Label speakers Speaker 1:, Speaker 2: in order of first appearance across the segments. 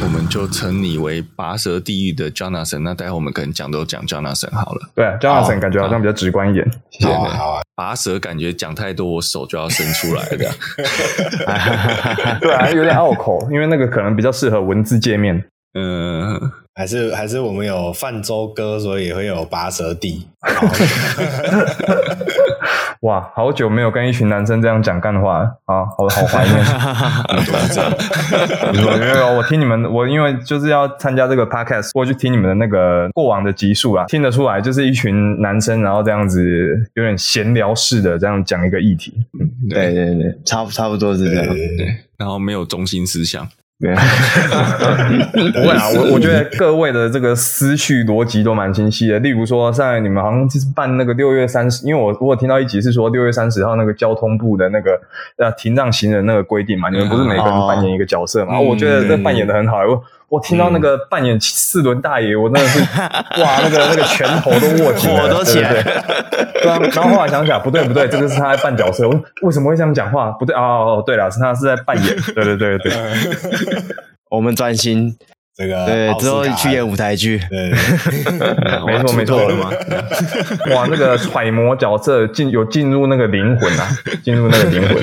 Speaker 1: 我们就称你为拔舌地狱的 Jonathan。那待会我们可能讲 Jonathan 好了。
Speaker 2: 对啊 ，Jonathan 感觉好像比较直观一点。
Speaker 1: 谢谢。好啊，拔舌感觉讲太多，我手就要伸出来了这样。
Speaker 2: 对啊，有点拗口，因为那个可能比较适合文字界面。
Speaker 3: 还是我们有泛舟歌，所以也会有拔舌地。
Speaker 2: 哇，好久没有跟一群男生这样讲干话了啊，好怀念。因为我听你们，我因为就是要参加这个 podcast， 我去听你们的那个过往的集数啦，听得出来就是一群男生，然后这样子有点闲聊式的这样讲一个议题。
Speaker 4: 对，差不多是这样。
Speaker 1: 对，然后没有中心思想。
Speaker 2: 不会啊，我觉得各位的这个思绪逻辑都蛮清晰的。例如说，上来你们好像就是办那个6月30，因为我听到一集是说6月30号那个交通部的那个停让行人那个规定嘛，你们不是每个人扮演一个角色嘛？我觉得这扮演的很好。我听到那个扮演4轮大爷，我真的是哇，那个拳头都握紧了，
Speaker 4: 火都起来了。
Speaker 2: 对啊，然后后来想起来，不对，这个是他在扮角色，为什么会这样讲话？不对对了，是他是在扮演，对。
Speaker 4: 我们专心
Speaker 3: 这个，
Speaker 4: 对，之后去演舞台剧，
Speaker 3: 对，
Speaker 2: 没错嘛。哇，那个揣摩角色有进入那个灵魂啊，进入那个灵魂。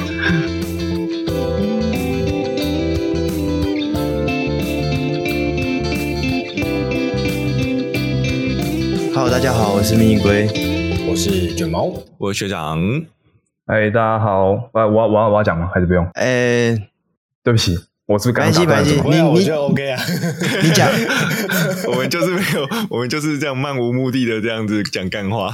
Speaker 4: Hello， 大家好，我是蜜龟，
Speaker 3: 我是卷毛，
Speaker 1: 我是学长。
Speaker 2: 大家好，我要讲吗？还是不用？对不起，我是不是刚刚打断什么？
Speaker 3: 我觉得 OK 啊，
Speaker 4: 你讲。
Speaker 1: 我们就是这样漫无目的的这样子讲干话。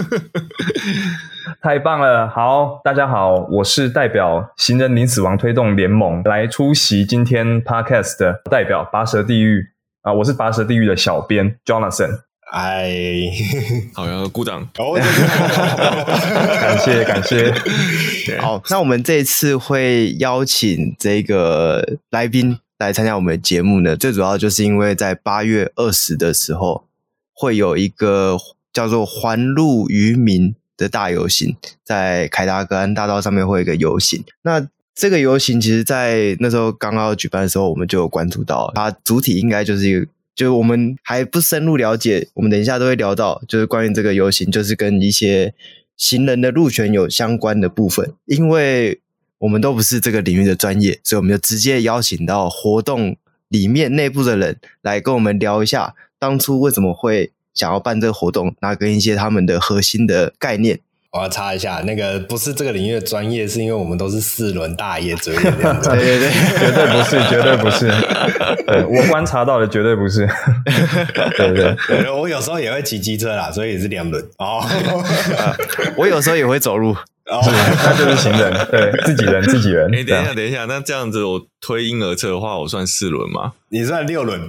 Speaker 2: 太棒了！好，大家好，我是代表行人零死亡推动联盟来出席今天 podcast 的代表拔舌地狱啊，我是拔舌地狱的小编 Jonathan。
Speaker 1: 好，要鼓掌。
Speaker 2: 感谢。
Speaker 4: 好，那我们这一次会邀请这个来宾来参加我们的节目呢，最主要就是因为在8月20的时候会有一个叫做环路渔民的大游行，在凯达格兰大道上面会有一个游行。那这个游行其实在那时候刚刚举办的时候，我们就有关注到它主体应该就是一个，就是我们还不深入了解，我们等一下都会聊到，就是关于这个游行，就是跟一些行人的路权有相关的部分。因为我们都不是这个领域的专业，所以我们就直接邀请到活动里面内部的人来跟我们聊一下，当初为什么会想要办这个活动，那跟一些他们的核心的概念。
Speaker 3: 我要插一下，那个不是这个领域的专业，是因为我们都是4轮大爷嘴脸这样子。
Speaker 4: 对，
Speaker 2: 绝对不是。对，我观察到的绝对不是。对，
Speaker 3: 我有时候也会骑机车啦，所以也是2轮。
Speaker 4: 我有时候也会走路。
Speaker 2: 那就是行人，对，自己人。
Speaker 1: 等一下，那这样子我推婴儿车的话，我算4轮吗？
Speaker 3: 你算6轮。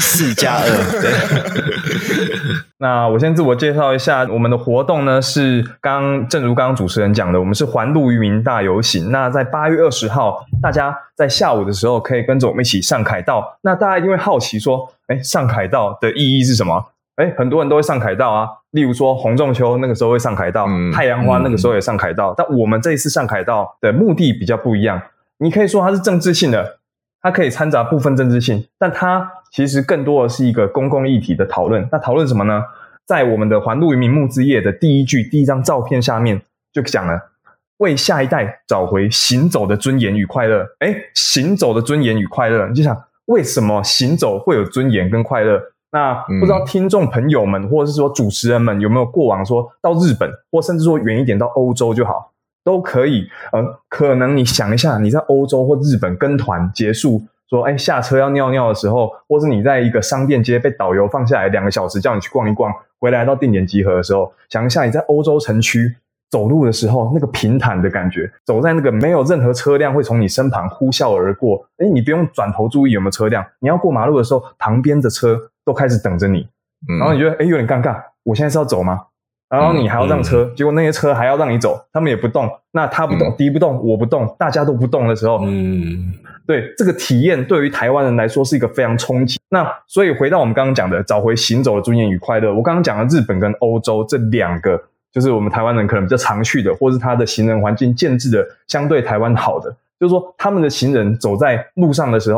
Speaker 4: 4+2，对。
Speaker 2: 那我先自我介绍一下，我们的活动呢是正如刚刚主持人讲的，我们是环路渔民大游行。那在8月20号，大家在下午的时候可以跟着我们一起上凯道。那大家一定会好奇说，上凯道的意义是什么？很多人都会上凯道啊，例如说洪仲丘那个时候会上凯道，太阳花那个时候也上凯道，但我们这一次上凯道的目的比较不一样。你可以说它是政治性的，它可以掺杂部分政治性，但它其实更多的是一个公共议题的讨论。那讨论什么呢？在我们的环路渔民募资页的第一张照片下面就讲了，为下一代找回行走的尊严与快乐。行走的尊严与快乐，你就想为什么行走会有尊严跟快乐？那不知道听众朋友们或者是说主持人们有没有过往说到日本，或甚至说远一点到欧洲就好，都可以。可能你想一下，你在欧洲或日本跟团结束，说下车要尿尿的时候，或是你在一个商店街被导游放下来2个小时叫你去逛一逛，回来到定点集合的时候，想一下你在欧洲城区走路的时候那个平坦的感觉，走在那个没有任何车辆会从你身旁呼啸而过，你不用转头注意有没有车辆，你要过马路的时候旁边的车都开始等着你，然后你觉得有点尴尬，我现在是要走吗？然后你还要让车，结果那些车还要让你走，他们也不动，那他不动，敌不动，我不动，大家都不动的时候，对，这个体验对于台湾人来说是一个非常冲击。那所以回到我们刚刚讲的找回行走的尊严与快乐，我刚刚讲的日本跟欧洲这2个就是我们台湾人可能比较常去的，或是他的行人环境建制的相对台湾好的，就是说他们的行人走在路上的时候，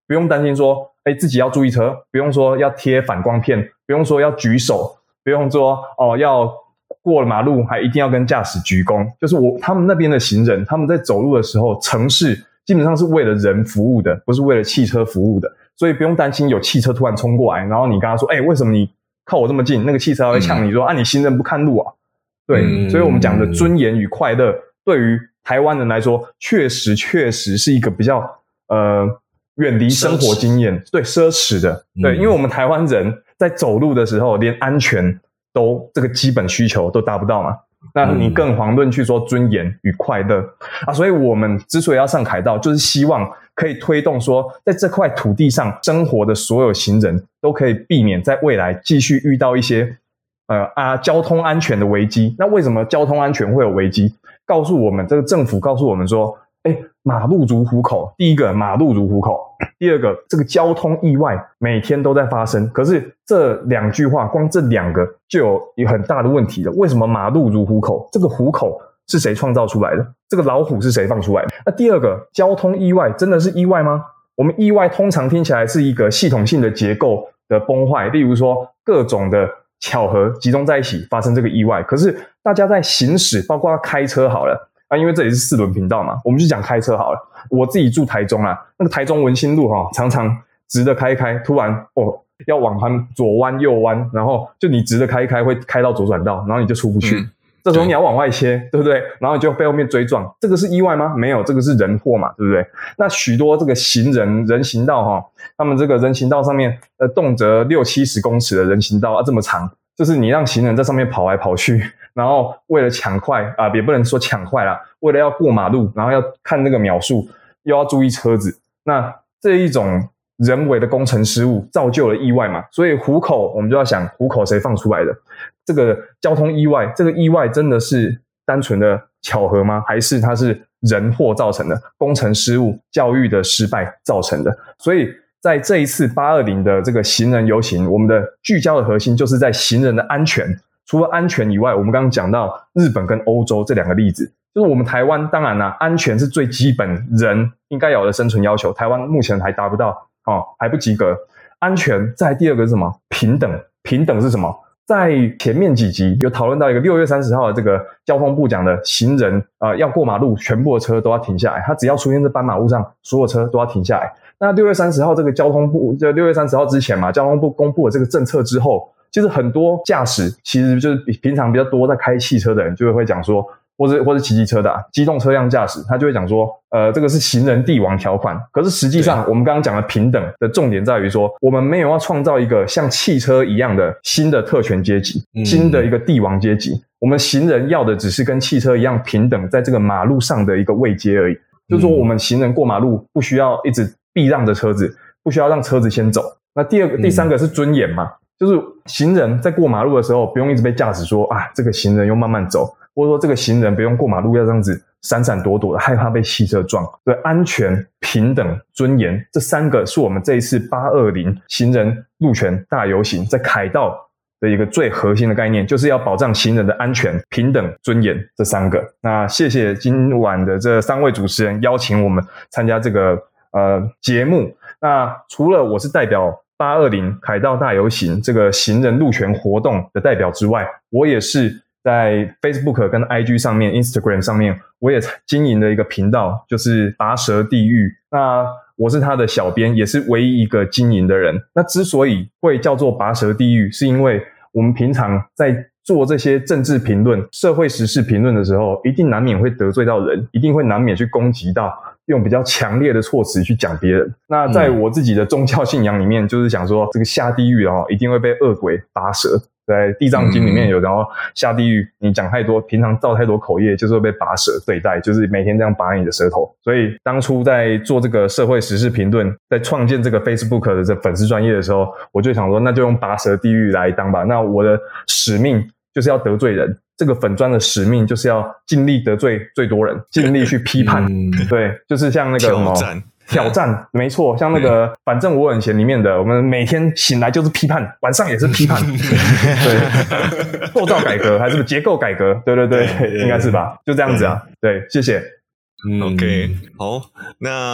Speaker 2: 不用担心说自己要注意车，不用说要贴反光片，不用说要举手，不用说要过了马路还一定要跟驾驶鞠躬。就是他们那边的行人，他们在走路的时候，城市基本上是为了人服务的，不是为了汽车服务的，所以不用担心有汽车突然冲过来，然后你跟他说为什么你靠我这么近，那个汽车还会呛你说你行人不看路啊。对，所以我们讲的尊严与快乐对于台湾人来说确实是一个比较远离生活经验，对，奢侈的。对，因为我们台湾人在走路的时候连安全都这个基本需求都达不到嘛，那你更遑论去说尊严与快乐所以我们之所以要上凯道，就是希望可以推动说在这块土地上生活的所有行人都可以避免在未来继续遇到一些交通安全的危机。那为什么交通安全会有危机？告诉我们，这个政府告诉我们说马路如虎口。第一个，马路如虎口；第二个，这个交通意外每天都在发生。可是这两句话，光这两个就有一个很大的问题了。为什么马路如虎口？这个虎口是谁创造出来的？这个老虎是谁放出来的？那第二个，交通意外真的是意外吗？我们意外通常听起来是一个系统性的结构的崩坏，例如说各种的巧合集中在一起发生这个意外。可是大家在行驶，包括开车好了因为这里是4轮频道嘛，我们就讲开车好了。我自己住台中那个台中文心路常常直的开一开，突然要往左弯右弯，然后就你直的开一开会开到左转道，然后你就出不去。这时候你要往外切，对不对？然后你就被后面追撞，这个是意外吗？没有，这个是人祸嘛，对不对？那许多这个行人人行道他们这个人行道上面动辄60-70公尺的人行道这么长，就是你让行人在上面跑来跑去，然后为了抢快也不能说抢快啦，为了要过马路，然后要看那个秒数，又要注意车子，那这一种人为的工程失误造就了意外嘛。所以虎口我们就要想，虎口谁放出来的？这个交通意外，这个意外真的是单纯的巧合吗？还是它是人祸造成的，工程失误、教育的失败造成的？所以在这一次820的这个行人游行，我们的聚焦的核心就是在行人的安全。除了安全以外，我们刚刚讲到日本跟欧洲这两个例子，就是我们台湾当然安全是最基本人应该有的生存要求，台湾目前还达不到还不及格。安全，再来第二个是什么？平等。平等是什么？在前面几集有讨论到一个6月30号的这个交通部讲的行人要过马路，全部的车都要停下来，他只要出现在斑马路上，所有车都要停下来。那6月30号这个交通部，就6月30号之前嘛，交通部公布了这个政策之后，其实很多驾驶其实就是平常比较多在开汽车的人就会讲说，或是骑机车的机动车辆驾驶，他就会讲说这个是行人帝王条款。可是实际上我们刚刚讲的平等的重点在于说，我们没有要创造一个像汽车一样的新的特权阶级，新的一个帝王阶级。我们行人要的只是跟汽车一样平等，在这个马路上的一个位阶而已。就是说我们行人过马路不需要一直避让着车子，不需要让车子先走。那第三个是尊严嘛，就是行人在过马路的时候不用一直被驾驶说这个行人又慢慢走，或者说这个行人不用过马路要这样子闪闪躲躲的，害怕被汽车撞。对，安全、平等、尊严，这三个是我们这一次820行人路权大游行在凯道的一个最核心的概念，就是要保障行人的安全、平等、尊严这三个。那谢谢今晚的这3位主持人邀请我们参加这个节目。那除了我是代表820凯道大游行这个行人路权活动的代表之外，我也是在 Facebook 跟 IG 上面 Instagram 上面我也经营了一个频道，就是拔舌地狱。那我是他的小编，也是唯一一个经营的人。那之所以会叫做拔舌地狱，是因为我们平常在做这些政治评论、社会时事评论的时候，一定难免会得罪到人，一定会难免去攻击到，用比较强烈的措辞去讲别人。那在我自己的宗教信仰里面，就是想说这个下地狱一定会被恶鬼拔舌。在地藏经里面有，然后下地狱你讲太多，平常造太多口业，就是会被拔舌对待，就是每天这样拔你的舌头。所以当初在做这个社会时事评论，在创建这个 Facebook 的这粉丝专页的时候，我就想说那就用拔舌地狱来当吧。那我的使命就是要得罪人，这个粉专的使命就是要尽力得罪最多人，尽力去批判。对，就是像那个什么挑战，没错，像那个反正我很闲里面的，我们每天醒来就是批判，晚上也是批判。对，构造改革还是结构改革？对对对，应该是吧？就这样子啊。对，谢谢。
Speaker 1: OK， 好，那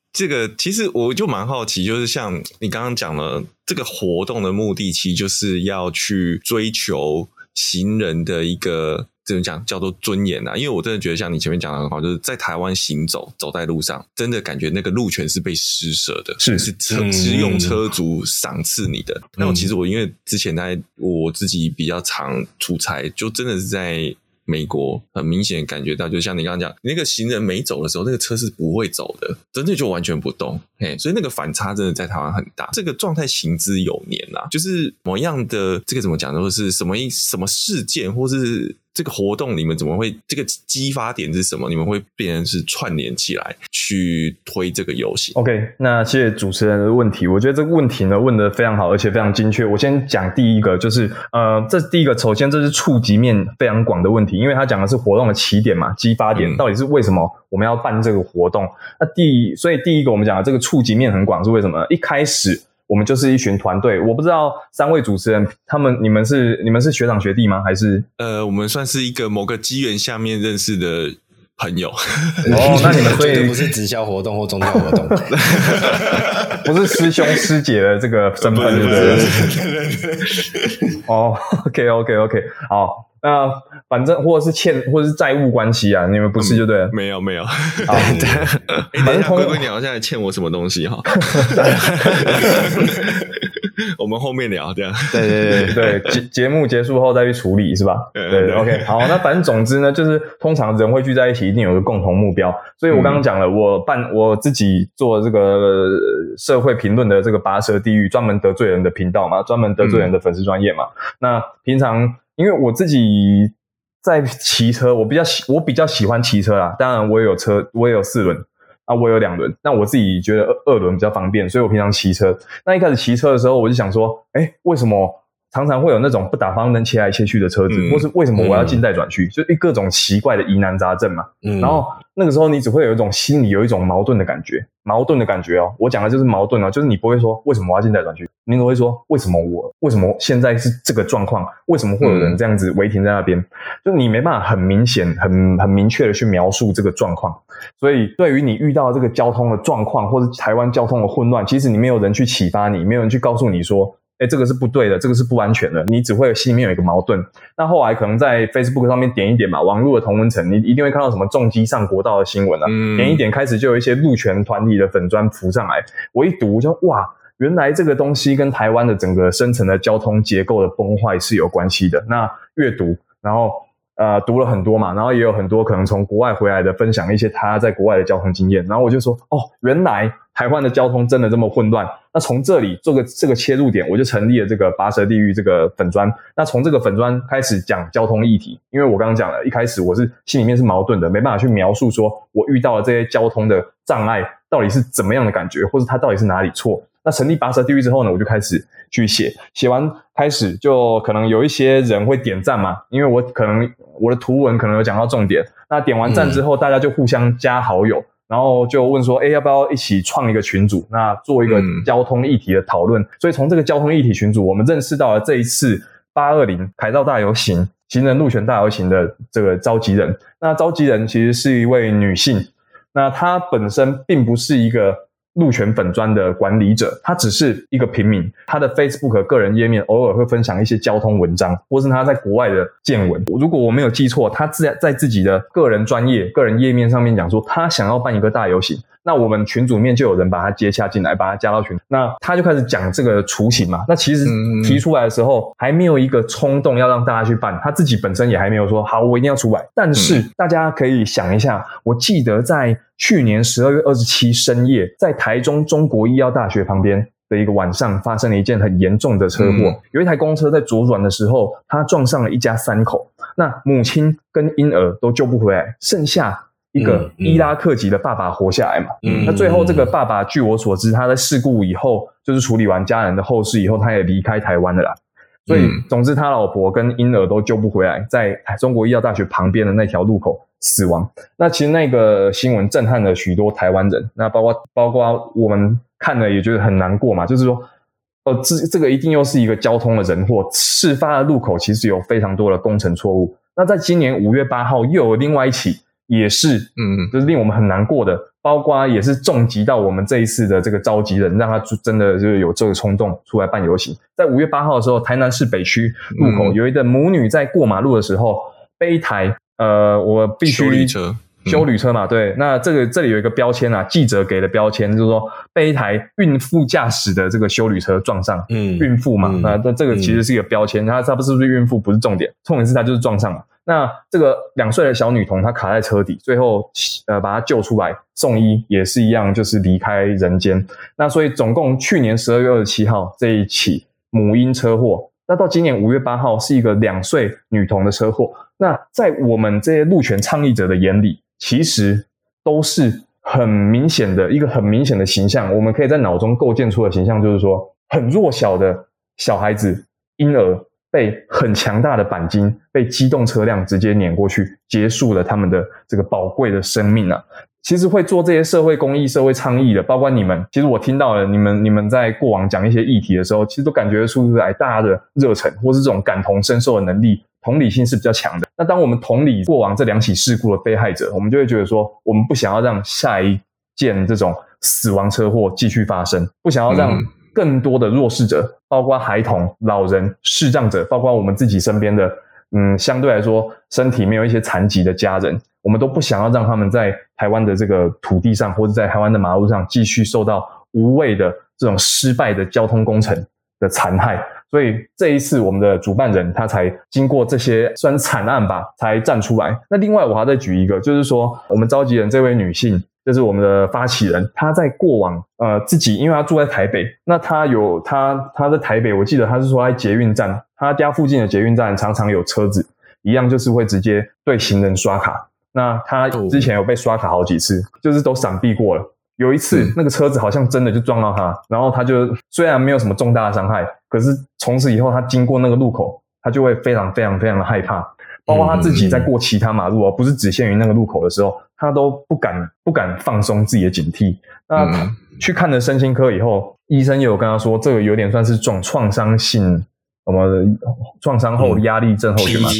Speaker 1: 这个其实我就蛮好奇，就是像你刚刚讲了，这个活动的目的其实就是要去追求行人的一个怎么讲叫做尊严啊。因为我真的觉得像你前面讲的很好，就是在台湾行走在路上，真的感觉那个路权是被施舍的，是直用车族赏赐你的。那我其实因为之前我自己比较常出差，就真的是在美国很明显感觉到，就像你刚刚讲，那个行人没走的时候，那个车是不会走的，真的就完全不动。所以那个反差真的在台湾很大。这个状态行之有年啦，就是什么样的这个怎么讲，或是什么事件，或是这个活动，你们怎么会这个激发点是什么？你们会变成是串联起来去推这个游行
Speaker 2: ？OK， 那谢谢主持人的问题。我觉得这个问题呢问得非常好，而且非常精确。我先讲第一个，就是这第一个，首先这是触及面非常广的问题，因为他讲的是活动的起点嘛，激发点到底是为什么我们要办这个活动？所以第一个我们讲的这个触及面很广是为什么？一开始我们就是一群团队，我不知道3位主持人你们是学长学弟吗？还是
Speaker 1: 我们算是一个某个机缘下面认识的朋友。
Speaker 2: 那你们所以
Speaker 3: 不是直销活动或宗教活动，
Speaker 2: 不是师兄师姐的这个身份，对不对？OK， 好。那反正或者是债务关系啊，你们不是就对了。
Speaker 1: 没有。
Speaker 2: 好，
Speaker 1: 反正龟龟鸟现在欠我什么东西哈？我们后面聊这样。
Speaker 2: 对，节目结束后再去处理是吧？对 ，OK， 好，那反正总之呢，就是通常人会聚在一起，一定有个共同目标。所以我刚刚讲了，我自己做这个社会评论的这个拔舌地狱，专门得罪人的频道嘛，专门得罪人的粉丝专页嘛。那平常因为我自己在骑车，我比较喜欢骑车啦。当然我也有车，我也有4轮啊，我有2轮。那我自己觉得2轮比较方便，所以我平常骑车。那一开始骑车的时候，我就想说，为什么常常会有那种不打方向灯切来切去的车子，或是为什么我要进带转去，就各种奇怪的疑难杂症嘛。然后那个时候你只会有一种心里有一种矛盾的感觉哦。我讲的就是矛盾哦，就是你不会说为什么我要进带转去，你只会说为什么现在是这个状况，为什么会有人这样子违停在那边，就你没办法很明显很明确的去描述这个状况。所以对于你遇到这个交通的状况，或是台湾交通的混乱，其实你没有人去启发你，没有人去告诉你说这个是不对的，这个是不安全的，你只会心里面有一个矛盾。那后来可能在 Facebook 上面点一点嘛，网络的同温层，你一定会看到什么重机上国道的新闻啊，点一点开始就有一些路权团体的粉专浮上来，我一读就哇，原来这个东西跟台湾的整个深层的交通结构的崩坏是有关系的。那阅读，然后读了很多嘛，然后也有很多可能从国外回来的分享一些他在国外的交通经验，然后我就说原来台湾的交通真的这么混乱。那从这里做这个切入点，我就成立了这个拔舌地狱这个粉专。那从这个粉专开始讲交通议题，因为我刚刚讲了，一开始我是心里面是矛盾的，没办法去描述说我遇到了这些交通的障碍到底是怎么样的感觉，或是它到底是哪里错。那成立拔舌地狱之后呢，我就开始去写完开始就可能有一些人会点赞嘛，因为我的图文可能有讲到重点，那点完赞之后大家就互相加好友，然后就问说要不要一起创一个群组，那做一个交通议题的讨论。所以从这个交通议题群组，我们认识到了这一次820凯道大游行行人路权大游行的这个召集人。那召集人其实是一位女性，那她本身并不是一个路权粉专的管理者，他只是一个平民，他的 Facebook 个人页面偶尔会分享一些交通文章，或是他在国外的见闻。如果我没有记错，他在自己的个人专页个人页面上面讲说他想要办一个大游行，那我们群组面就有人把他接洽进来，把他加到群，那他就开始讲这个雏形嘛。那其实提出来的时候还没有一个冲动要让大家去办，他自己本身也还没有说好我一定要出来。但是大家可以想一下，我记得在去年12月27深夜，在台中中国医药大学旁边的一个晚上，发生了一件很严重的车祸。有一台公车在左转的时候，它撞上了一家3口，那母亲跟婴儿都救不回来，剩下一个伊拉克籍的爸爸活下来嘛。那最后这个爸爸据我所知，他在事故以后，就是处理完家人的后事以后，他也离开台湾了啦。所以总之他老婆跟婴儿都救不回来，在中国医药大学旁边的那条路口死亡。那其实那个新闻震撼了许多台湾人，那包括我们看了也觉得很难过嘛，就是说这个一定又是一个交通的人祸，事发的路口其实有非常多的工程错误。那在今年5月8号又有另外一起也是就是令我们很难过的包括也是重击到我们这一次的这个召集人，让他真的就是有这个冲动出来办游行。在5月8号的时候，台南市北区路口有一个母女在过马路的时候被一台我必须休旅车嘛，对，那这里有一个标签啊，记者给的标签就是说被一台孕妇驾驶的这个休旅车撞上，孕妇嘛，那这个其实是一个标签，她是不是孕妇不是重点，重点是她就是撞上了。那这个2岁的小女童她卡在车底，最后把她救出来送医，也是一样就是离开人间。那所以总共去年12月27号这一起母婴车祸，那到今年5月8号是一个2岁女童的车祸。那在我们这些路权倡议者的眼里，其实都是很明显的一个很明显的形象，我们可以在脑中构建出的形象就是说，很弱小的小孩子婴儿被很强大的钣金被机动车辆直接碾过去，结束了他们的这个宝贵的生命啊。其实会做这些社会公益、社会倡议的，包括你们，其实我听到了你们在过往讲一些议题的时候，其实都感觉出来大家的热忱，或是这种感同身受的能力、同理心是比较强的。那当我们同理过往这2起事故的被害者，我们就会觉得说，我们不想要让下一件这种死亡车祸继续发生，不想要让更多的弱势者，包括孩童、老人、视障者，包括我们自己身边的相对来说身体没有一些残疾的家人，我们都不想要让他们在台湾的这个土地上，或者在台湾的马路上继续受到无谓的这种失败的交通工程的残害。所以这一次我们的主办人他才经过这些算是惨案吧，才站出来。那另外我还再举一个，就是说我们召集人这位女性，就是我们的发起人，她在过往自己因为她住在台北，那她在台北，我记得她是说在捷运站，她家附近的捷运站常常有车子一样就是会直接对行人刷卡。那她之前有被刷卡好几次，就是都闪避过了。有一次那个车子好像真的就撞到她，然后她就虽然没有什么重大的伤害，可是从此以后她经过那个路口，她就会非常非常非常的害怕。包括她自己在过其他马路不是只限于那个路口的时候，她都不敢放松自己的警惕。那去看了身心科以后，医生也有跟她说，这个有点算是创伤性创伤后压力症候群嘛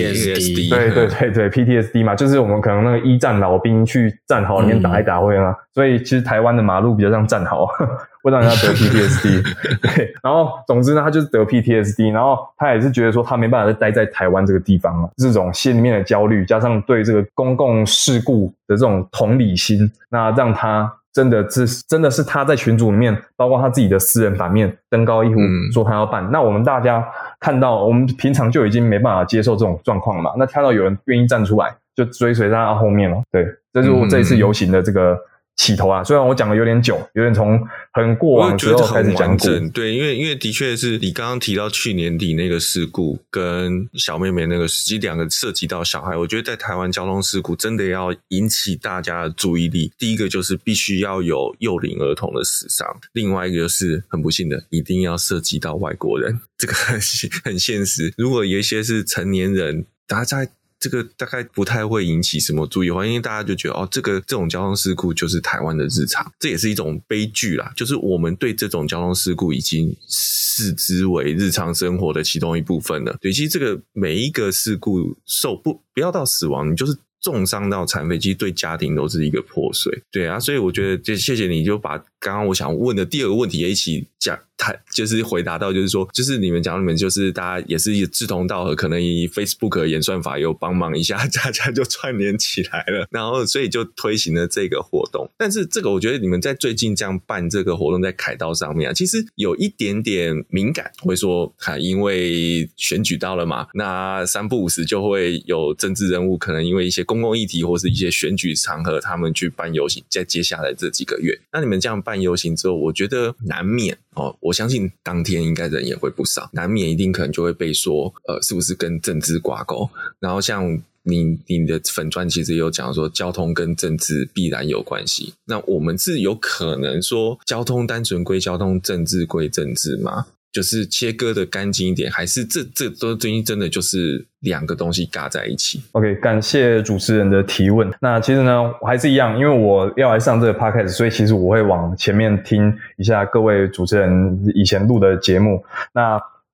Speaker 1: PTSD
Speaker 2: 对 PTSD 嘛，就是我们可能那个一战老兵去战壕里面打一打会啊，所以其实台湾的马路比较像战壕，会让人家得 PTSD 对，然后总之呢他就是得 PTSD， 然后他也是觉得说他没办法再待在台湾这个地方啊，这种心里面的焦虑加上对这个公共事故的这种同理心，那让他真的是他在群组里面，包括他自己的私人版面登高一呼说他要办。那我们大家看到，我们平常就已经没办法接受这种状况了嘛。那看到有人愿意站出来，就追随在他后面了。对，这是我这一次游行的这个起头啊。虽然我讲的有点久，有点从很过往之后开始讲过。
Speaker 1: 对，因为的确是你刚刚提到去年底那个事故跟小妹妹那个实际2个涉及到小孩，我觉得在台湾交通事故真的要引起大家的注意力。第一个就是必须要有幼龄儿童的死伤，另外一个就是很不幸的一定要涉及到外国人，这个很现实。如果有一些是成年人，大家在这个大概不太会引起什么注意，因为大家就觉得这种交通事故就是台湾的日常，这也是一种悲剧啦。就是我们对这种交通事故已经视之为日常生活的其中一部分了。对，其实这个每一个事故不要到死亡，你就是重伤到残废，其实对家庭都是一个破碎。对啊，所以我觉得就谢谢你就把刚刚我想问的第2个问题也一起讲，就是回答到，就是说，就是你们就是大家也是志同道合，可能以 Facebook 的演算法有帮忙一下，大家就串联起来了，然后所以就推行了这个活动。但是这个我觉得你们在最近这样办这个活动在凯道上面其实有一点点敏感，会说因为选举到了嘛，那3不5时就会有政治人物可能因为一些公共议题或是一些选举场合，他们去办游行，在接下来这几个月，那你们这样办游行之后，我觉得难免我相信当天应该人也会不少，难免一定可能就会被说是不是跟政治挂钩。然后像你的粉专其实也有讲说交通跟政治必然有关系，那我们是有可能说交通单纯归交通，政治归政治吗？就是切割的干净一点，还是这都真的就是2个东西尬在一起？
Speaker 2: OK， 感谢主持人的提问。那其实呢我还是一样，因为我要来上这个 podcast， 所以其实我会往前面听一下各位主持人以前录的节目。那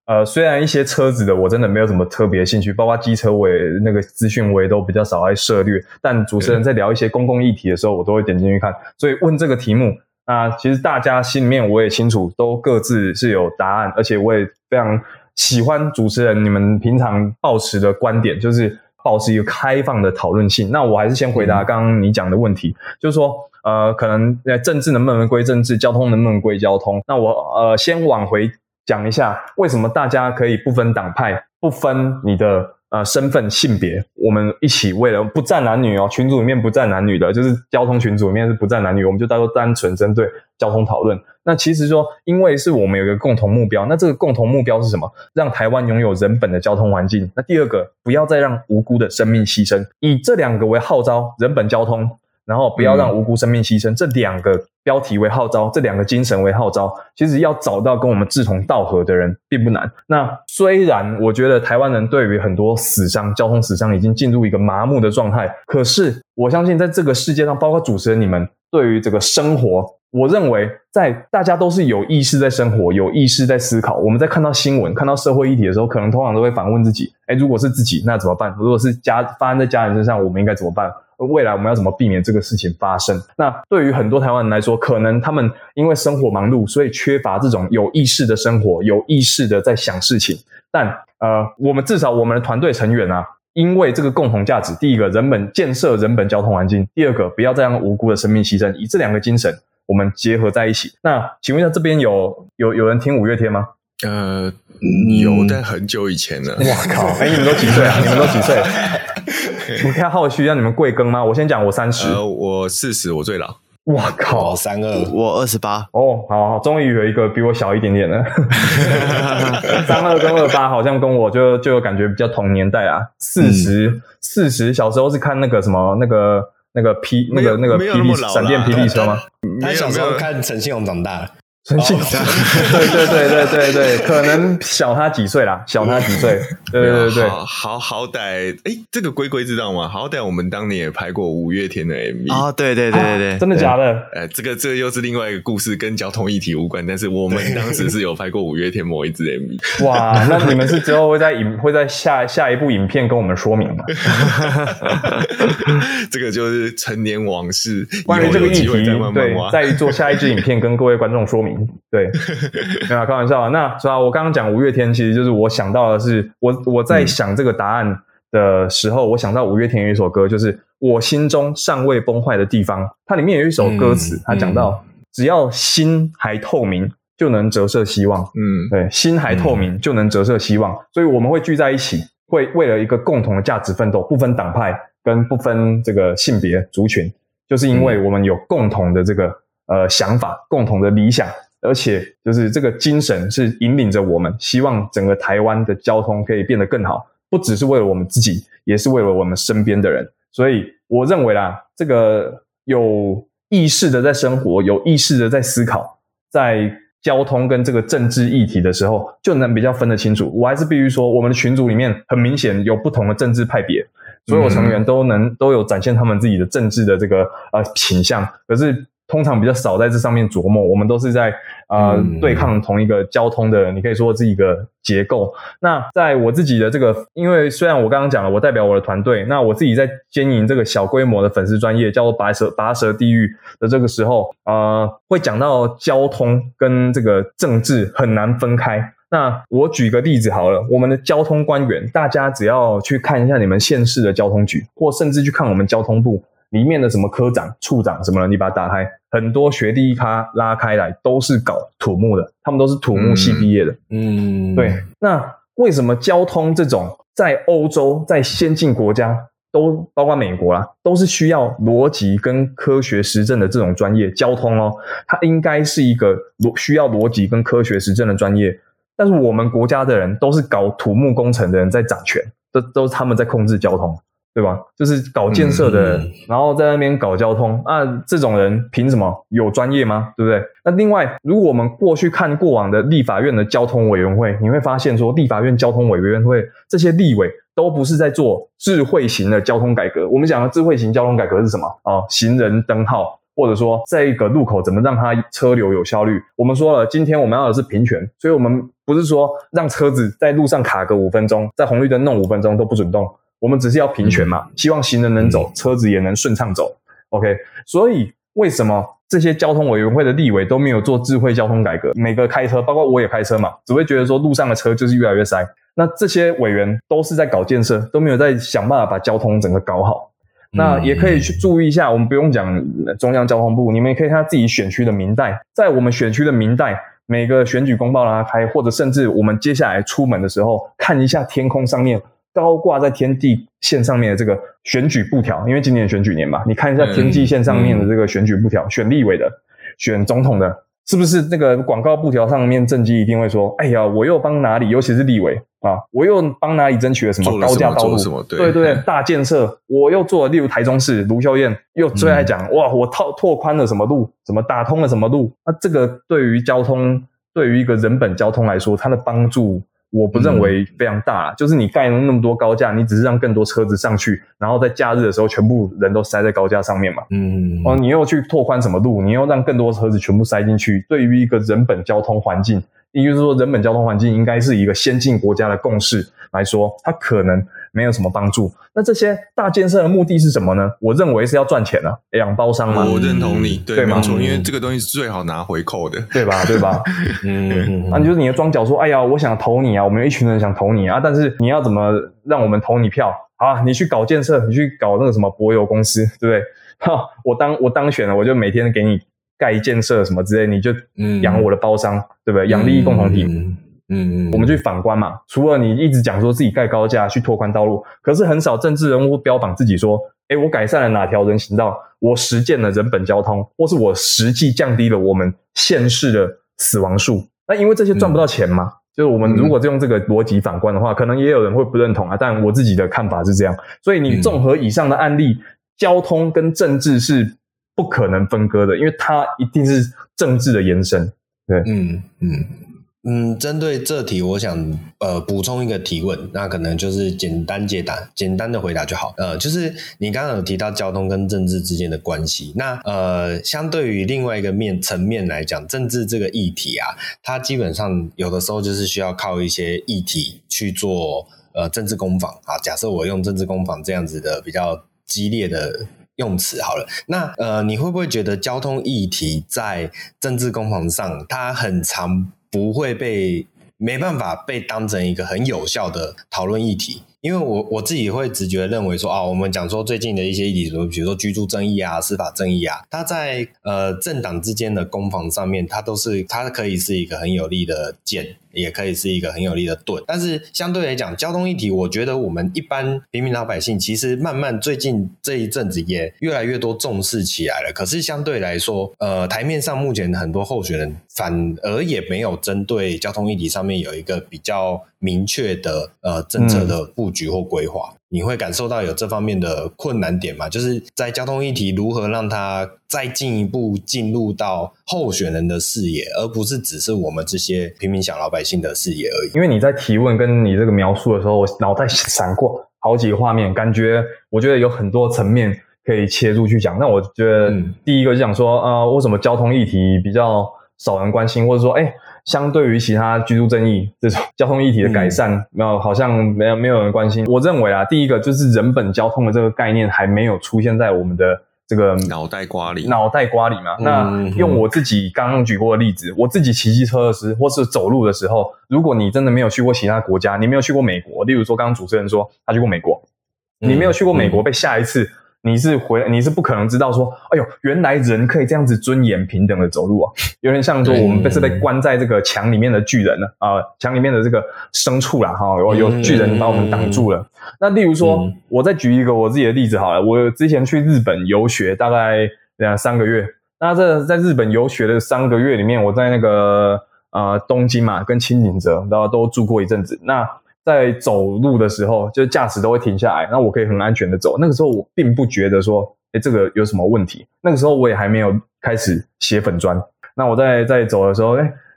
Speaker 2: 虽然一些车子的我真的没有什么特别兴趣，包括机车我也那个资讯我也都比较少来涉略，但主持人在聊一些公共议题的时候，我都会点进去看。所以问这个题目，那其实大家心里面我也清楚，都各自是有答案，而且我也非常喜欢主持人你们平常抱持的观点，就是保持一个开放的讨论性。那我还是先回答刚刚你讲的问题，就是说可能政治能不能归政治，交通能不能归交通。那我先往回讲一下，为什么大家可以不分党派，不分你的身份性别，我们一起为了不占男女群组里面不占男女的，就是交通群组里面是不占男女，我们就单纯针对交通讨论。那其实说，因为是我们有一个共同目标，那这个共同目标是什么？让台湾拥有人本的交通环境。那第二个，不要再让无辜的生命牺牲，以这两个为号召，人本交通，然后不要让无辜生命牺牲，这两个标题为号召，这两个精神为号召，其实要找到跟我们志同道合的人并不难。那虽然我觉得台湾人对于很多死伤，交通死伤已经进入一个麻木的状态，可是我相信在这个世界上，包括主持人你们对于这个生活，我认为在大家都是有意识在生活，有意识在思考。我们在看到新闻，看到社会议题的时候，可能通常都会反问自己，如果是自己那怎么办？如果是发生在家人身上，我们应该怎么办？未来我们要怎么避免这个事情发生？那对于很多台湾人来说，可能他们因为生活忙碌，所以缺乏这种有意识的生活，有意识的在想事情。但我们至少我们的团队成员啊，因为这个共同价值，第一个建设人本交通环境，第二个不要再让无辜的生命牺牲，以这两个精神我们结合在一起。那请问一下，这边有人听五月天吗？
Speaker 1: 有，但很久以前了。
Speaker 2: 哇靠！你们都几岁啊？你们都几岁？你看后续让你们贵庚吗？我先讲，我30，
Speaker 1: 我40，我最老。
Speaker 2: 哇靠！
Speaker 3: 我32，
Speaker 4: 我28。
Speaker 2: 哦，好，终于有一个比我小一点点的。32跟28好像跟我就有感觉比较同年代啊。40小时候是看那个什么那个霹雳闪电霹雳车吗？
Speaker 3: 他小时候看陈信宏长大。
Speaker 2: 陈信宏，对，可能小他几岁啦，对，
Speaker 1: 好歹，这个龟知道吗？好歹我们当年也拍过五月天的 MV
Speaker 4: 啊，对，
Speaker 2: 真的假的？
Speaker 1: 这个又是另外一个故事，跟交通议题无关，但是我们当时是有拍过五月天某一支 MV。
Speaker 2: 哇，那你们是之后会在下一部影片跟我们说明吗？
Speaker 1: 这个就是陈年往事，
Speaker 2: 关于这个议题，对，
Speaker 1: 再
Speaker 2: 做下一支影片跟各位观众说明。对，没有开玩笑啊。那是吧？我刚刚讲五月天，其实就是我想到的是，我在想这个答案的时候，我想到五月天有一首歌，就是我心中尚未崩坏的地方。它里面有一首歌词，它讲到，只要心还透明，就能折射希望。对，心还透明就能折射希望。所以我们会聚在一起，会为了一个共同的价值奋斗，不分党派跟不分这个性别族群，就是因为我们有共同的这个想法，共同的理想。而且就是这个精神是引领着我们，希望整个台湾的交通可以变得更好，不只是为了我们自己，也是为了我们身边的人。所以我认为啦，这个有意识的在生活，有意识的在思考，在交通跟这个政治议题的时候，就能比较分得清楚。我还是必须说，我们的群组里面很明显有不同的政治派别，所有成员都有展现他们自己的政治的这个倾向，可是通常比较少在这上面琢磨，我们都是在对抗同一个交通的，你可以说是一个结构。那在我自己的这个，因为虽然我刚刚讲了，我代表我的团队，那我自己在经营这个小规模的粉丝专页，叫做拔舌地狱的这个时候，会讲到交通跟这个政治很难分开。那我举个例子好了，我们的交通官员，大家只要去看一下你们县市的交通局，或甚至去看我们交通部里面的什么科长、处长什么的，你把它打开，很多学弟咖拉开来都是搞土木的，他们都是土木系毕业的。对。那为什么交通这种在欧洲、在先进国家，都包括美国啦，都是需要逻辑跟科学实证的这种专业？交通它应该是一个需要逻辑跟科学实证的专业，但是我们国家的人都是搞土木工程的人在掌权，都是他们在控制交通。对吧？就是搞建设的人，然后在那边搞交通这种人凭什么有专业吗？对不对？那另外，如果我们过去看过往的立法院的交通委员会，你会发现说，立法院交通委员会这些立委都不是在做智慧型的交通改革。我们讲的智慧型交通改革是什么？行人灯号或者说这一个路口怎么让它车流有效率。我们说了，今天我们要的是平权，所以我们不是说让车子在路上卡个5分钟，在红绿灯弄5分钟都不准动，我们只是要平权嘛，希望行人能走，车子也能顺畅走。OK， 所以为什么这些交通委员会的立委都没有做智慧交通改革？每个开车，包括我也开车嘛，只会觉得说路上的车就是越来越塞。那这些委员都是在搞建设，都没有在想办法把交通整个搞好。那也可以去注意一下，我们不用讲中央交通部，你们也可以看他自己选区的民代，在我们选区的民代，每个选举公报拉开，或者甚至我们接下来出门的时候，看一下天空上面高挂在天际线上面的这个选举布条，因为今年选举年嘛，你看一下天际线上面的这个选举布条，选立委的，选总统的，是不是那个广告布条上面政绩一定会说，哎呀，我又帮哪里，尤其是立委啊，我又帮哪里争取了什么高架道路，对，大建设，我又做了，例如台中市卢秀燕又最爱讲，哇，我拓宽了什么路，什么打通了什么路，那这个对于交通，对于一个人本交通来说，它的帮助我不认为非常大啦，就是你盖了那么多高架，你只是让更多车子上去，然后在假日的时候全部人都塞在高架上面嘛。你又去拓宽什么路，你又让更多车子全部塞进去，对于一个人本交通环境，也就是说人本交通环境应该是一个先进国家的共识来说，它可能没有什么帮助。那这些大建设的目的是什么呢？我认为是要赚钱啊，养包商嘛。
Speaker 1: 我认同你，对，
Speaker 2: 没
Speaker 1: 错，因为这个东西是最好拿回扣的，
Speaker 2: 对吧？就是你的庄脚说，哎呀，我想投你啊，我们有一群人想投你啊，但是你要怎么让我们投你票？好啊，你去搞建设，你去搞那个什么柏油公司，对不对？我当选了，我就每天给你盖建设什么之类，你就养我的包商，对不对？养利益共同体。我们去反观嘛，除了你一直讲说自己盖高架去拓宽道路，可是很少政治人物标榜自己说，我改善了哪条人行道，我实践了人本交通，或是我实际降低了我们县市的死亡数。那因为这些赚不到钱嘛，就是我们如果用这个逻辑反观的话，可能也有人会不认同啊，但我自己的看法是这样。所以你综合以上的案例，交通跟政治是不可能分割的，因为它一定是政治的延伸。对，
Speaker 3: 针对这题，我想补充一个提问，那可能就是简单的回答就好。就是你刚刚有提到交通跟政治之间的关系，那相对于另外一个层面来讲，政治这个议题啊，它基本上有的时候就是需要靠一些议题去做政治攻防啊。假设我用政治攻防这样子的比较激烈的用词好了，那你会不会觉得交通议题在政治攻防上，它很常不会没办法被当成一个很有效的讨论议题？因为我自己会直觉认为说我们讲说最近的一些议题，比如说居住正义啊、司法正义啊，它在政党之间的攻防上面，它可以是一个很有力的剑，也可以是一个很有力的盾。但是相对来讲，交通议题，我觉得我们一般平民老百姓其实慢慢最近这一阵子也越来越多重视起来了。可是相对来说，台面上目前很多候选人反而也没有针对交通议题上面有一个比较明确的政策的布局或规划。你会感受到有这方面的困难点吗？就是在交通议题如何让它再进一步进入到候选人的视野，而不是只是我们这些平民小老百姓的视野而已。
Speaker 2: 因为你在提问跟你这个描述的时候，我脑袋闪过好几个画面，我觉得有很多层面可以切入去讲。那我觉得第一个就讲说为什么交通议题比较少人关心，或者说相对于其他居住正义这种交通议题的改善，好像没有人关心。我认为第一个就是人本交通的这个概念还没有出现在我们的这个
Speaker 1: 脑袋瓜里
Speaker 2: 嘛。那用我自己刚刚举过的例子，我自己骑机车的时候或是走路的时候，如果你真的没有去过其他国家，你没有去过美国，例如说刚刚主持人说他去过美国，你没有去过美国，被下一次你是不可能知道说，原来人可以这样子尊严平等的走路啊，有点像说我们是被关在这个墙里面的巨人墙里面的这个牲畜啦有巨人把我们挡住了。那例如说，我再举一个我自己的例子好了，我之前去日本游学大概3个月，那在日本游学的3个月里面，我在那个东京嘛跟轻井泽然后都住过一阵子。那在走路的时候，就是驾驶都会停下来，那我可以很安全的走。那个时候我并不觉得说这个有什么问题，那个时候我也还没有开始写粉专。那我在走的时候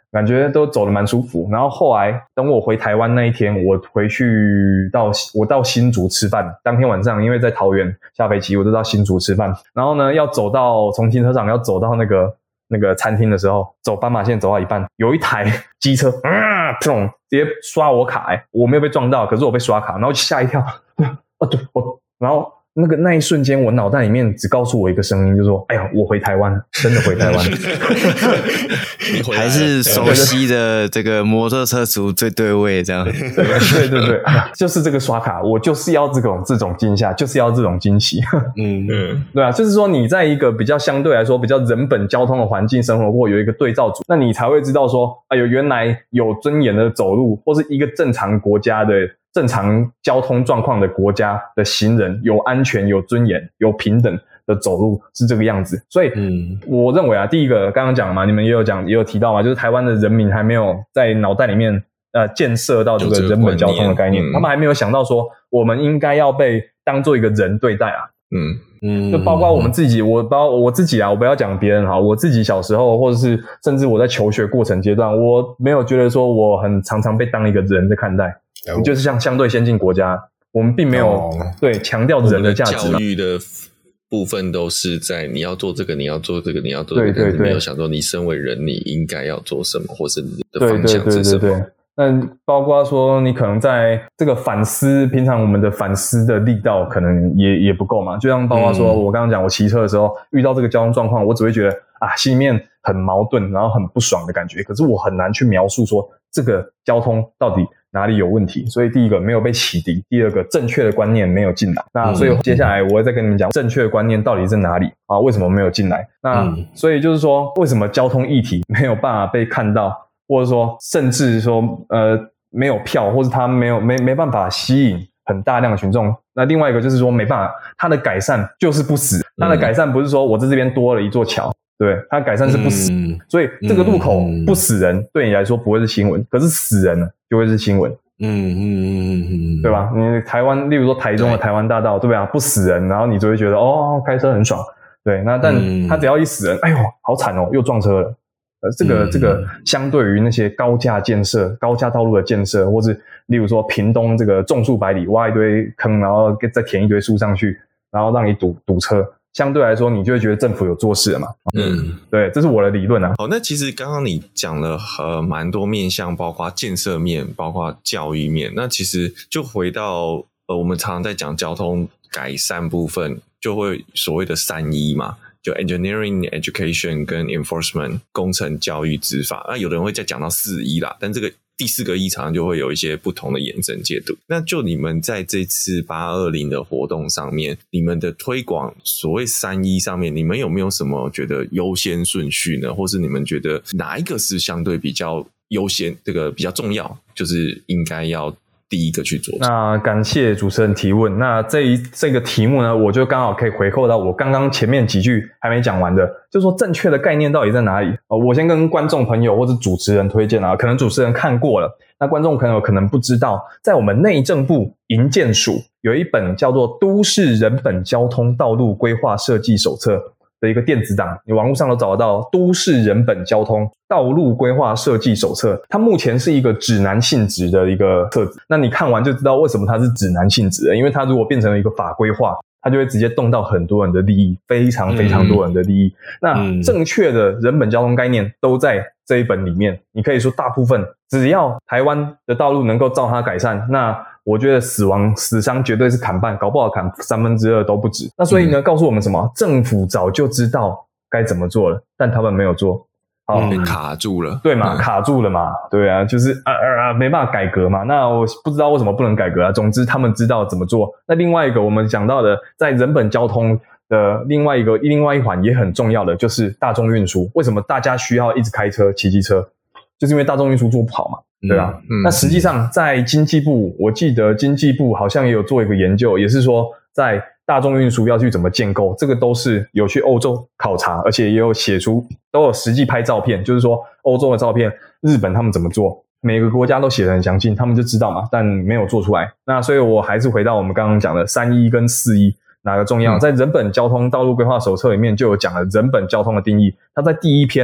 Speaker 2: 感觉都走得蛮舒服。然后后来等我回台湾那一天，我到新竹吃饭，当天晚上因为在桃园下飞机，我就到新竹吃饭。然后呢，要走到从停车场要走到那个餐厅的时候，走斑马线走到一半，有一台机车砰直接刷我卡我没有被撞到，可是我被刷卡，然后吓一跳。对，然后那一瞬间，我脑袋里面只告诉我一个声音，就是说：“哎呀，我回台湾，真的回台湾。”
Speaker 4: 还是熟悉的这个摩托车族最对位，这样。
Speaker 2: 对，就是这个刷卡，我就是要这种惊吓，就是要这种惊喜。对啊，就是说你在一个比较相对来说比较人本交通的环境生活过，有一个对照组，那你才会知道说，哎呦，原来有尊严的走路，或是一个正常国家的。正常交通状况的国家的行人有安全、有尊严、有平等的走路是这个样子，所以我认为啊，第一个刚刚讲嘛，你们也有提到嘛，就是台湾的人民还没有在脑袋里面建设到这个人本交通的概念，他们还没有想到说我们应该要被当做一个人对待啊。就包括我们自己，我自己啊，我不要讲别人哈，我自己小时候，或者是甚至我在求学过程阶段，我没有觉得说我很常常被当一个人在看待。就是像相对先进国家，我们并没有对强调人的价值。
Speaker 1: 教育的部分都是在你要做这个，你要做这个，你要做这个，
Speaker 2: 对，
Speaker 1: 没有想说你身为人，你应该要做什么，或是你的方向是什么。
Speaker 2: 对。那包括说，你可能在这个反思，平常我们的反思的力道可能也不够嘛。就像包括说，我刚刚讲，我骑车的时候遇到这个交通状况，我只会觉得心里面很矛盾，然后很不爽的感觉。可是我很难去描述说这个交通到底哪里有问题。所以第一个没有被启迪，第二个正确的观念没有进来。那所以接下来我会再跟你们讲正确的观念到底在哪里啊？为什么没有进来？那所以就是说，为什么交通议题没有办法被看到？或者说甚至说没有票，或者他没办法吸引很大量的群众。那另外一个就是说没办法，它的改善就是不死。它的改善不是说我在这边多了一座桥，对，它的改善是不死。所以这个路口不死人对你来说不会是新闻，可是死人了就会是新闻。对吧？你台湾例如说台中的台湾大道，对吧？不死人，然后你就会觉得开车很爽。对，那但他只要一死人，哎呦好惨哦，又撞车了。这个相对于那些高架建设、高架道路的建设，或是例如说屏东这个种树百里，挖一堆坑，然后再填一堆树上去，然后让你堵车，相对来说你就会觉得政府有做事了嘛。对，这是我的理论啊。
Speaker 1: 好，那其实刚刚你讲了蛮多面向，包括建设面，包括教育面。那其实就回到我们常常在讲交通改善部分，就会所谓的3E嘛。就 engineering, education 跟 enforcement 工程、教育、执法。那有的人会再讲到4E啦，但这个第4个E常常就会有一些不同的延伸解读。那就你们在这次820的活动上面，你们的推广所谓3E上面，你们有没有什么觉得优先顺序呢？或是你们觉得哪一个是相对比较优先，这个比较重要，就是应该要第一个去做？
Speaker 2: 那感谢主持人提问。那这个题目呢，我就刚好可以回扣到我刚刚前面几句还没讲完的，就是说正确的概念到底在哪里？我先跟观众朋友或者主持人推荐啊，可能主持人看过了，那观众朋友可能不知道，在我们内政部营建署有一本叫做《都市人本交通道路规划设计手册》的一个电子档，你网络上都找得到《都市人本交通道路规划设计手册》，它目前是一个指南性质的一个册子。那你看完就知道为什么它是指南性质的，因为它如果变成了一个法规化，它就会直接动到很多人的利益，非常非常多人的利益。那正确的人本交通概念都在这一本里面，你可以说大部分只要台湾的道路能够照它改善，那我觉得死伤绝对是砍半，搞不好砍2/3都不止。那所以呢，告诉我们什么？政府早就知道该怎么做了，但他们没有做。
Speaker 1: 被卡住了，
Speaker 2: 对嘛？卡住了嘛？对啊，就是没办法改革嘛。那我不知道为什么不能改革啊。总之他们知道怎么做。那另外一个我们讲到的，在人本交通的另外一环也很重要的，就是大众运输。为什么大家需要一直开车、骑机车？就是因为大众运输做不好嘛。对啊，那实际上在经济部，我记得经济部好像也有做一个研究，也是说在大众运输要去怎么建构，这个都是有去欧洲考察，而且也有写出，都有实际拍照片，就是说欧洲的照片，日本他们怎么做，每个国家都写得很详尽，他们就知道嘛，但没有做出来。那所以我还是回到我们刚刚讲的3E跟4E哪个重要，在人本交通道路规划手册里面就有讲了人本交通的定义，它在第1篇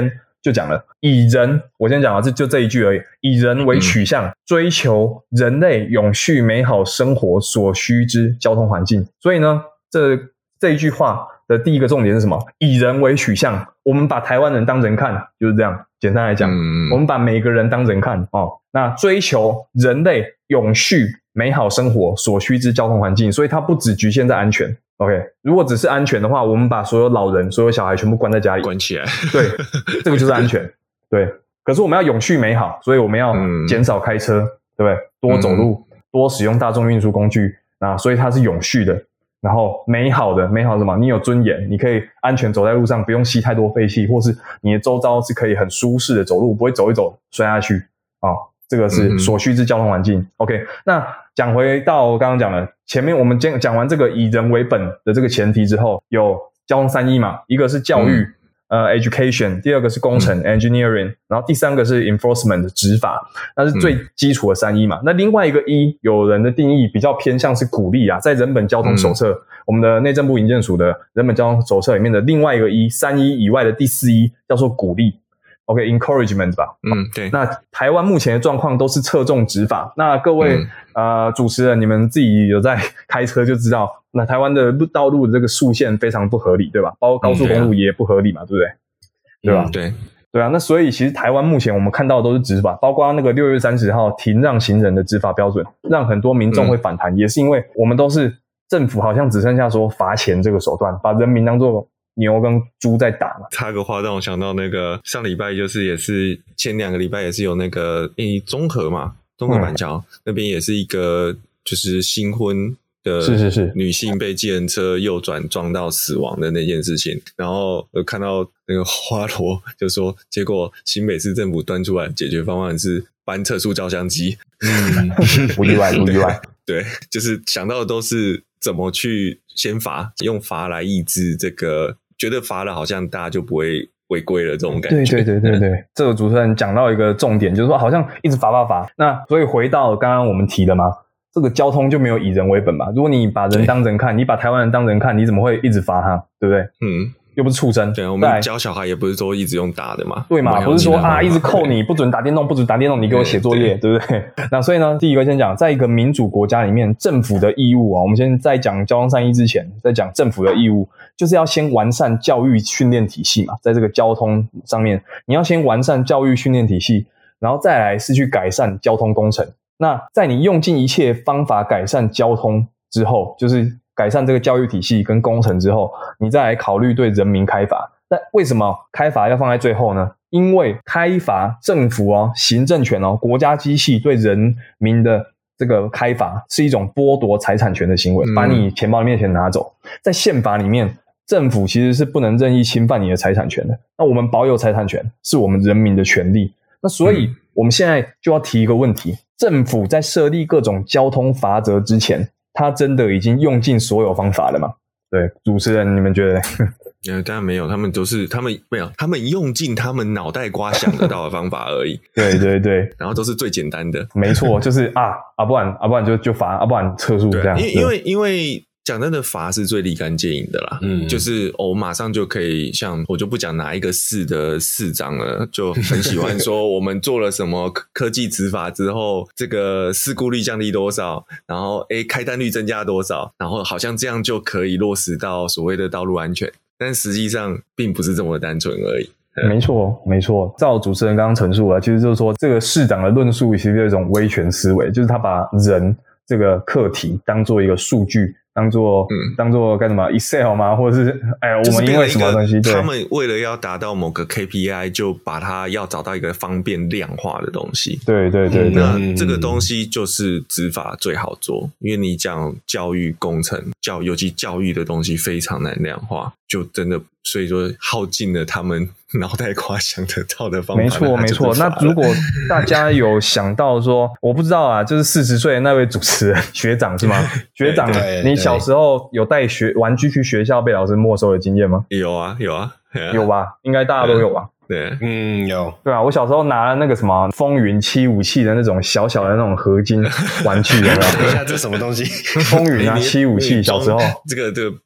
Speaker 2: 就讲了，以人，我先讲啊，就这一句而已，以人为取向，追求人类永续美好生活所需之交通环境。所以呢，这一句话的第一个重点是什么？以人为取向，我们把台湾人当人看，就是这样。简单来讲，我们把每个人当人看哦。那追求人类永续美好生活所需之交通环境，所以它不只局限在安全。OK， 如果只是安全的话，我们把所有老人、所有小孩全部关在家里，
Speaker 1: 关起来。
Speaker 2: 对，这个就是安全。对，可是我们要永续美好，所以我们要减少开车，对不对？多走路，多使用大众运输工具，所以它是永续的。然后美好的什么？你有尊严，你可以安全走在路上，不用吸太多废气，或是你的周遭是可以很舒适的走路，不会走一走摔下去啊。这个是所需之交通环境。OK， 那讲回到刚刚讲的，前面我们讲完这个以人为本的这个前提之后，有交通3E嘛，一个是教育education， 第二个是工程 engineering， 然后第三个是 enforcement 执法，那是最基础的3E嘛。那另外一个 E， 有人的定义比较偏向是鼓励啊，在人本交通手册，我们的内政部营建署的人本交通手册里面的另外一个 E，3E 以外的第4E叫做鼓励。OK， encouragement 吧。
Speaker 1: 对。
Speaker 2: 那台湾目前的状况都是侧重执法。那各位主持人，你们自己有在开车就知道，那台湾的道路的这个速线非常不合理，对吧？包括高速公路也不合理嘛，对不对？对吧？对啊。那所以其实台湾目前我们看到的都是执法，包括那个6月30号停让行人的执法标准，让很多民众会反弹，也是因为我们都是政府好像只剩下说罚钱这个手段，把人民当作牛跟猪在打嘛。
Speaker 1: 插个话让我想到那个上礼拜也是前2个礼拜也是有那个中和嘛，中和板桥那边也是一个就是新婚的女性被计程车右转撞到死亡的那件事情，然后看到那个花罗就说，结果新北市政府端出来解决方案是搬测速照相机。
Speaker 2: 不意外。
Speaker 1: 对，就是想到的都是怎么去先罚，用罚来抑制这个，觉得罚了好像大家就不会违规了这种感觉。
Speaker 2: 对，这个主持人讲到一个重点，就是说好像一直罚。那所以回到刚刚我们提的嘛，这个交通就没有以人为本嘛。如果你把人当人看，你把台湾人当人看，你怎么会一直罚他？对不对？又不是畜生。
Speaker 1: 对，我们教小孩也不是说一直用打的嘛。
Speaker 2: 对嘛，不是说一直扣你，不准打电动，你给我写作业，对不对？那所以呢，第一个先讲，在一个民主国家里面，政府的义务我们先在讲交通3E之前，在讲政府的义务，就是要先完善教育训练体系嘛。在这个交通上面，你要先完善教育训练体系，然后再来是去改善交通工程。那在你用尽一切方法改善交通之后，就是改善这个教育体系跟工程之后，你再来考虑对人民开罚。但为什么开罚要放在最后呢？因为开罚政府行政权国家机器对人民的这个开罚是一种剥夺财产权的行为，把你钱包里面的钱拿走。在宪法里面，政府其实是不能任意侵犯你的财产权的。那我们保有财产权是我们人民的权利。那所以我们现在就要提一个问题，政府在设立各种交通罚则之前，他真的已经用尽所有方法了吗？对，主持人你们觉得？
Speaker 1: 当然没有，他们用尽他们脑袋瓜想得到的方法而已。
Speaker 2: 对，
Speaker 1: 然后都是最简单的。
Speaker 2: 没错，就是不然就罚，不然测速这样。
Speaker 1: 因为讲真的，罚是最立竿见影的啦。就是我马上就可以，像我就不讲哪一个市的市长了，就很喜欢说我们做了什么科技执法之后，这个事故率降低多少，然后开单率增加多少，然后好像这样就可以落实到所谓的道路安全，但实际上并不是这么单纯而已。
Speaker 2: 没错，照主持人刚刚陈述了，其实就是说这个市长的论述其实有一种威权思维，就是他把人这个课题当做一个数据，当做干什么 Excel 吗？或者是我们因为什么东西？
Speaker 1: 他们为了要达到某个 KPI， 就把它要找到一个方便量化的东西。
Speaker 2: 对。
Speaker 1: 那这个东西就是执法最好做，因为你讲教育工程尤其教育的东西非常难量化，就真的所以说耗尽了他们脑袋瓜想得到的方法。
Speaker 2: 没错。那如果大家有想到说，我不知道就是40岁的那位主持人学长是吗？学长，你小时候有带玩具去学校被老师没收的经验吗？
Speaker 1: 有啊，
Speaker 2: 有吧？应该大家都有吧？
Speaker 1: 对，
Speaker 3: 有。
Speaker 2: 对啊，我小时候拿了那个什么风云757器的那种小小的那种合金玩具，有没有？
Speaker 3: 等一下，这什么东西？
Speaker 2: 风云757器，小时候
Speaker 1: 这个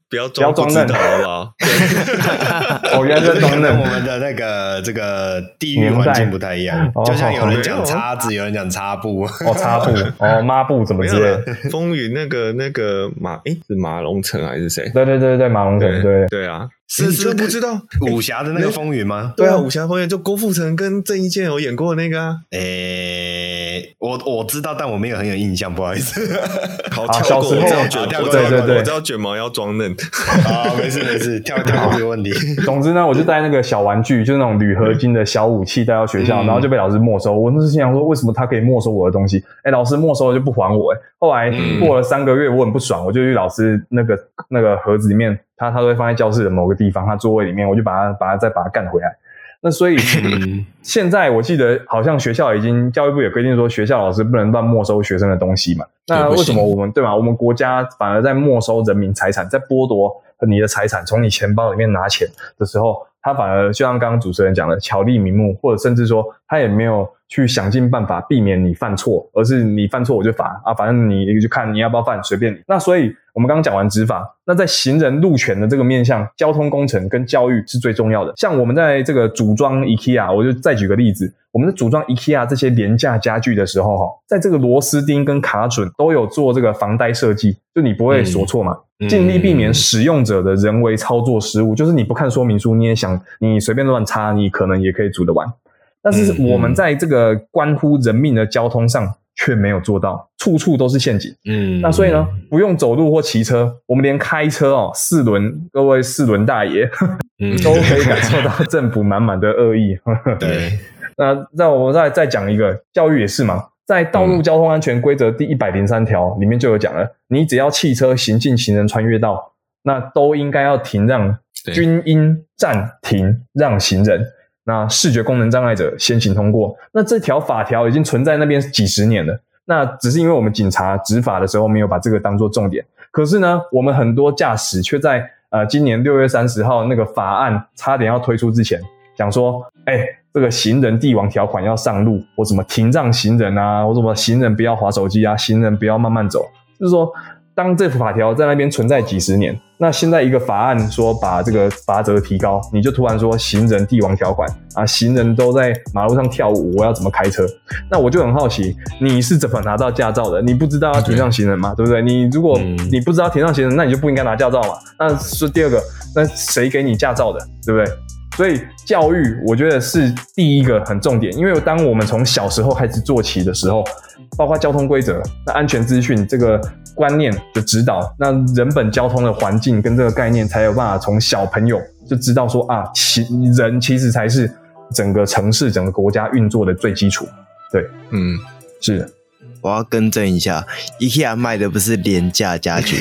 Speaker 1: 不要装不知道好不好？
Speaker 2: 哦，原来是装嫩。
Speaker 3: 我们的那个这个地域环境不太一样，就像有人讲叉子，有人讲擦布，
Speaker 2: 擦布，抹布怎么之类的。
Speaker 1: 风云那个是马龙城还是谁？
Speaker 2: 对，马龙城，
Speaker 1: 对啊。
Speaker 3: 是
Speaker 1: 不知道
Speaker 3: 武侠的那个风云吗？
Speaker 1: 对啊，武侠风云就郭富城跟郑伊健有演过的那个啊。
Speaker 3: 我知道，但我没有很有印象，不好意思。
Speaker 1: 好，小时候我知道卷毛要装嫩。
Speaker 3: 好，没事，跳过这个问题。
Speaker 2: 总之呢，我就带那个小玩具，就是那种铝合金的小武器带到学校，然后就被老师没收。我那时心想说，为什么他可以没收我的东西？老师没收了就不还我。后来过了3个月，我很不爽，我就去老师那个盒子里面。他都会放在教室的某个地方，他座位里面，我就把它干回来。那所以现在我记得好像学校教育部也规定说，学校老师不能乱没收学生的东西嘛。那为什么我们国家反而在没收人民财产，在剥夺你的财产，从你钱包里面拿钱的时候，他反而就像刚刚主持人讲的，巧立名目，或者甚至说他也没有去想尽办法避免你犯错，而是你犯错我就罚啊，反正你就看你要不要犯，随便你。那所以我们刚刚讲完执法，那在行人路权的这个面向，交通工程跟教育是最重要的。像我们在这个组装 IKEA， 我就再举个例子，我们在组装 IKEA 这些廉价家具的时候，在这个螺丝钉跟卡榫都有做这个防呆设计，就你不会锁错嘛，尽力避免使用者的人为操作失误，就是你不看说明书，你也想你随便乱插，你可能也可以组得完。但是我们在这个关乎人命的交通上却没有做到，处处都是陷阱。那所以呢，不用走路或骑车，我们连开车各位四轮大爷都可以感受到政府满满的恶意。
Speaker 3: 对，
Speaker 2: 那我们再讲一个，教育也是嘛，在道路交通安全规则第103条里面就有讲了，你只要汽车行进行人穿越道，那都应该要停让，均应暂停让行人。那视觉功能障碍者先行通过，那这条法条已经存在那边几十年了，那只是因为我们警察执法的时候没有把这个当作重点。可是呢，我们很多驾驶却在今年6月30号那个法案差点要推出之前，讲说这个行人帝王条款要上路，或什么停让行人啊，或什么行人不要滑手机啊，行人不要慢慢走，就是说当这法条在那边存在几十年，那现在一个法案说把这个罚则提高，你就突然说行人帝王条款啊，行人都在马路上跳舞，我要怎么开车？那我就很好奇，你是怎么拿到驾照的？你不知道要停让行人吗？对不对？你如果你不知道停让行人，那你就不应该拿驾照嘛。那是第二个，那谁给你驾照的？对不对？所以教育我觉得是第一个很重点，因为当我们从小时候开始做起的时候，包括交通规则、那安全资讯这个观念的指导，那人本交通的环境跟这个概念才有办法从小朋友就知道说人其实才是整个城市、整个国家运作的最基础。对，是的。
Speaker 4: 我要更正一下 ，IKEA 卖的不是廉价家具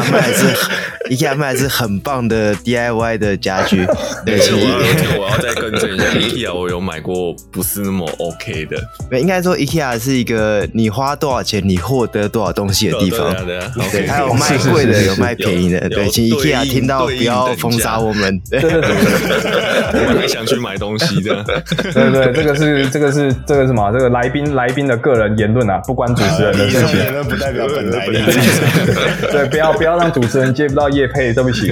Speaker 4: ，IKEA 卖的是很棒的 DIY 的家具。对，
Speaker 1: 我要再更正一下，IKEA 我有买过不是那么 OK 的。
Speaker 4: 应该说 IKEA 是一个你花多少钱你获得多少东西的地方。对，还有卖贵的，有卖便宜的。对，请 IKEA 听到不要封杀我们。
Speaker 2: 对，
Speaker 1: 我还想去买东西的。
Speaker 2: 对，这个是什么？这个来宾的个人言论啊，不关主持人的事情，
Speaker 3: 言论不代表本台立场。
Speaker 2: 对，不要让主持人接不到业配，对不起。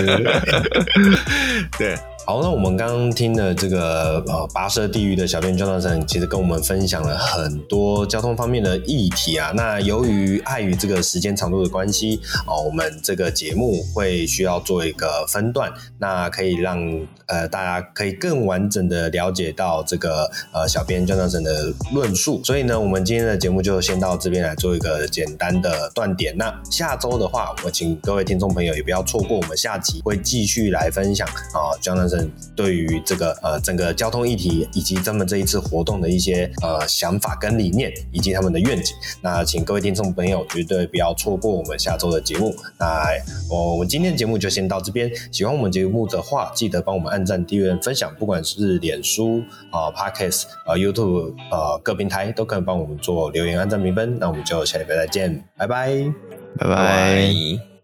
Speaker 1: 对。
Speaker 3: 好，那我们刚刚听了这个跋涉地狱的小编 Jonathan 其实跟我们分享了很多交通方面的议题啊。那由于碍于这个时间长度的关系我们这个节目会需要做一个分段，那可以让大家可以更完整的了解到这个小编 Jonathan 的论述。所以呢，我们今天的节目就先到这边来做一个简单的断点。那下周的话，我请各位听众朋友也不要错过，我们下集会继续来分享Jonathan对于这个整个交通议题以及他们这一次活动的一些想法跟理念以及他们的愿景。那请各位听众朋友绝对不要错过我们下周的节目。那我们今天的节目就先到这边。喜欢我们节目的话，记得帮我们按赞、订阅、分享，不管是脸书Podcast YouTube 各平台都可以帮我们做留言、按赞、评分。那我们就下礼拜再见，拜拜，
Speaker 4: 拜拜。